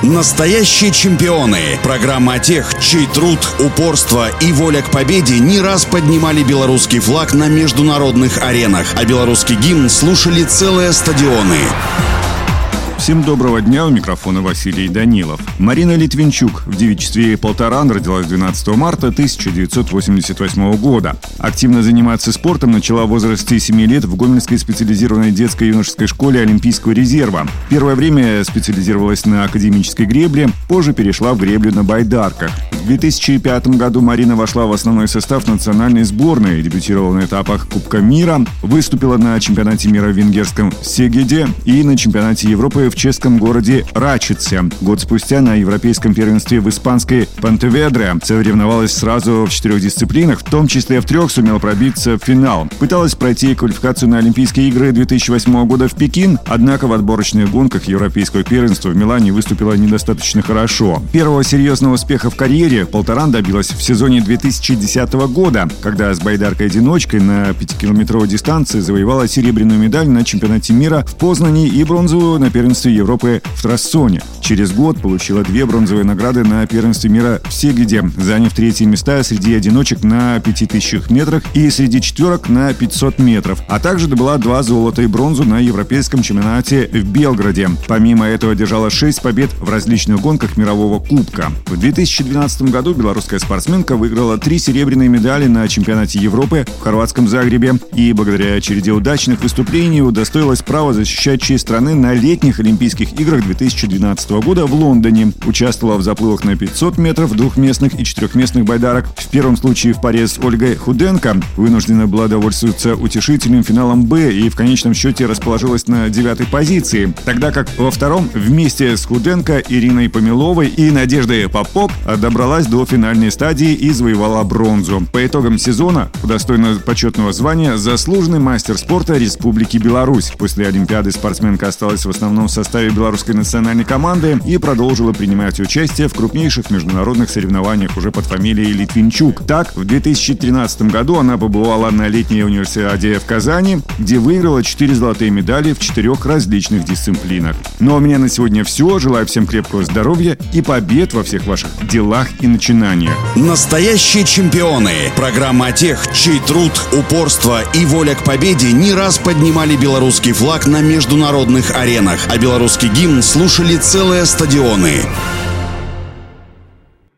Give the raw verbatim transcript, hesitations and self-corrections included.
Настоящие чемпионы. Программа о тех, чей труд, упорство и воля к победе не раз поднимали белорусский флаг на международных аренах, а белорусский гимн слушали целые стадионы. Всем доброго дня, у микрофона Василий Данилов. Марина Литвинчук в девичестве Полторан родилась двенадцатого марта тысяча девятьсот восемьдесят восьмого года. Активно заниматься спортом начала в возрасте семи лет в Гомельской специализированной детской и юношеской школе Олимпийского резерва. Первое время специализировалась на академической гребле, позже перешла в греблю на байдарках. В две тысячи пятом году Марина вошла в основной состав национальной сборной, дебютировала на этапах Кубка мира, выступила на чемпионате мира в венгерском Сегеде и на чемпионате Европы в чешском городе Рачице. Год спустя на европейском первенстве в испанской Понтеведре соревновалась сразу в четырех дисциплинах, в том числе в трех сумела пробиться в финал. Пыталась пройти квалификацию на Олимпийские игры две тысячи восьмого года в Пекин, однако в отборочных гонках европейского первенства в Милане выступила недостаточно хорошо. Первого серьезного успеха в карьере Полторан добилась в сезоне две тысячи десятого года, когда с байдаркой-одиночкой на пятикилометровой дистанции завоевала серебряную медаль на чемпионате мира в Познани и бронзовую на первенстве Европы в Трассоне. Через год получила две бронзовые награды на первенстве мира в Сегеде, заняв третьи места среди одиночек на пяти тысячах метрах и среди четверок на пятьсот метров, а также добыла два золота и бронзу на европейском чемпионате в Белграде. Помимо этого одержала шесть побед в различных гонках мирового кубка. В две тысячи двенадцатом году белорусская спортсменка выиграла три серебряные медали на чемпионате Европы в хорватском Загребе и благодаря череде удачных выступлений удостоилась права защищать честь страны на летних Олимпийских играх две тысячи двенадцатого года в Лондоне. Участвовала в заплывах на пятьсот метров, двухместных и четырехместных байдарок. В первом случае в паре с Ольгой Худенко вынуждена была довольствоваться утешительным финалом «Б» и в конечном счете расположилась на девятой позиции. Тогда как во втором вместе с Худенко, Ириной Помиловой и Надеждой Попоп добралась до финальной стадии и завоевала бронзу. По итогам сезона удостоена почетного звания «Заслуженный мастер спорта Республики Беларусь». После Олимпиады спортсменка осталась в основном в составе белорусской национальной команды и продолжила принимать участие в крупнейших международных соревнованиях уже под фамилией Литвинчук. Так, в две тысячи тринадцатом году она побывала на летней универсиаде в Казани, где выиграла четыре золотые медали в четырех различных дисциплинах. Ну а у меня на сегодня все. Желаю всем крепкого здоровья и побед во всех ваших делах и начинаниях. Настоящие чемпионы. Программа о тех, чей труд, упорство и воля к победе не раз поднимали белорусский флаг на международных аренах, а белорусский гимн слушали целые стадионы.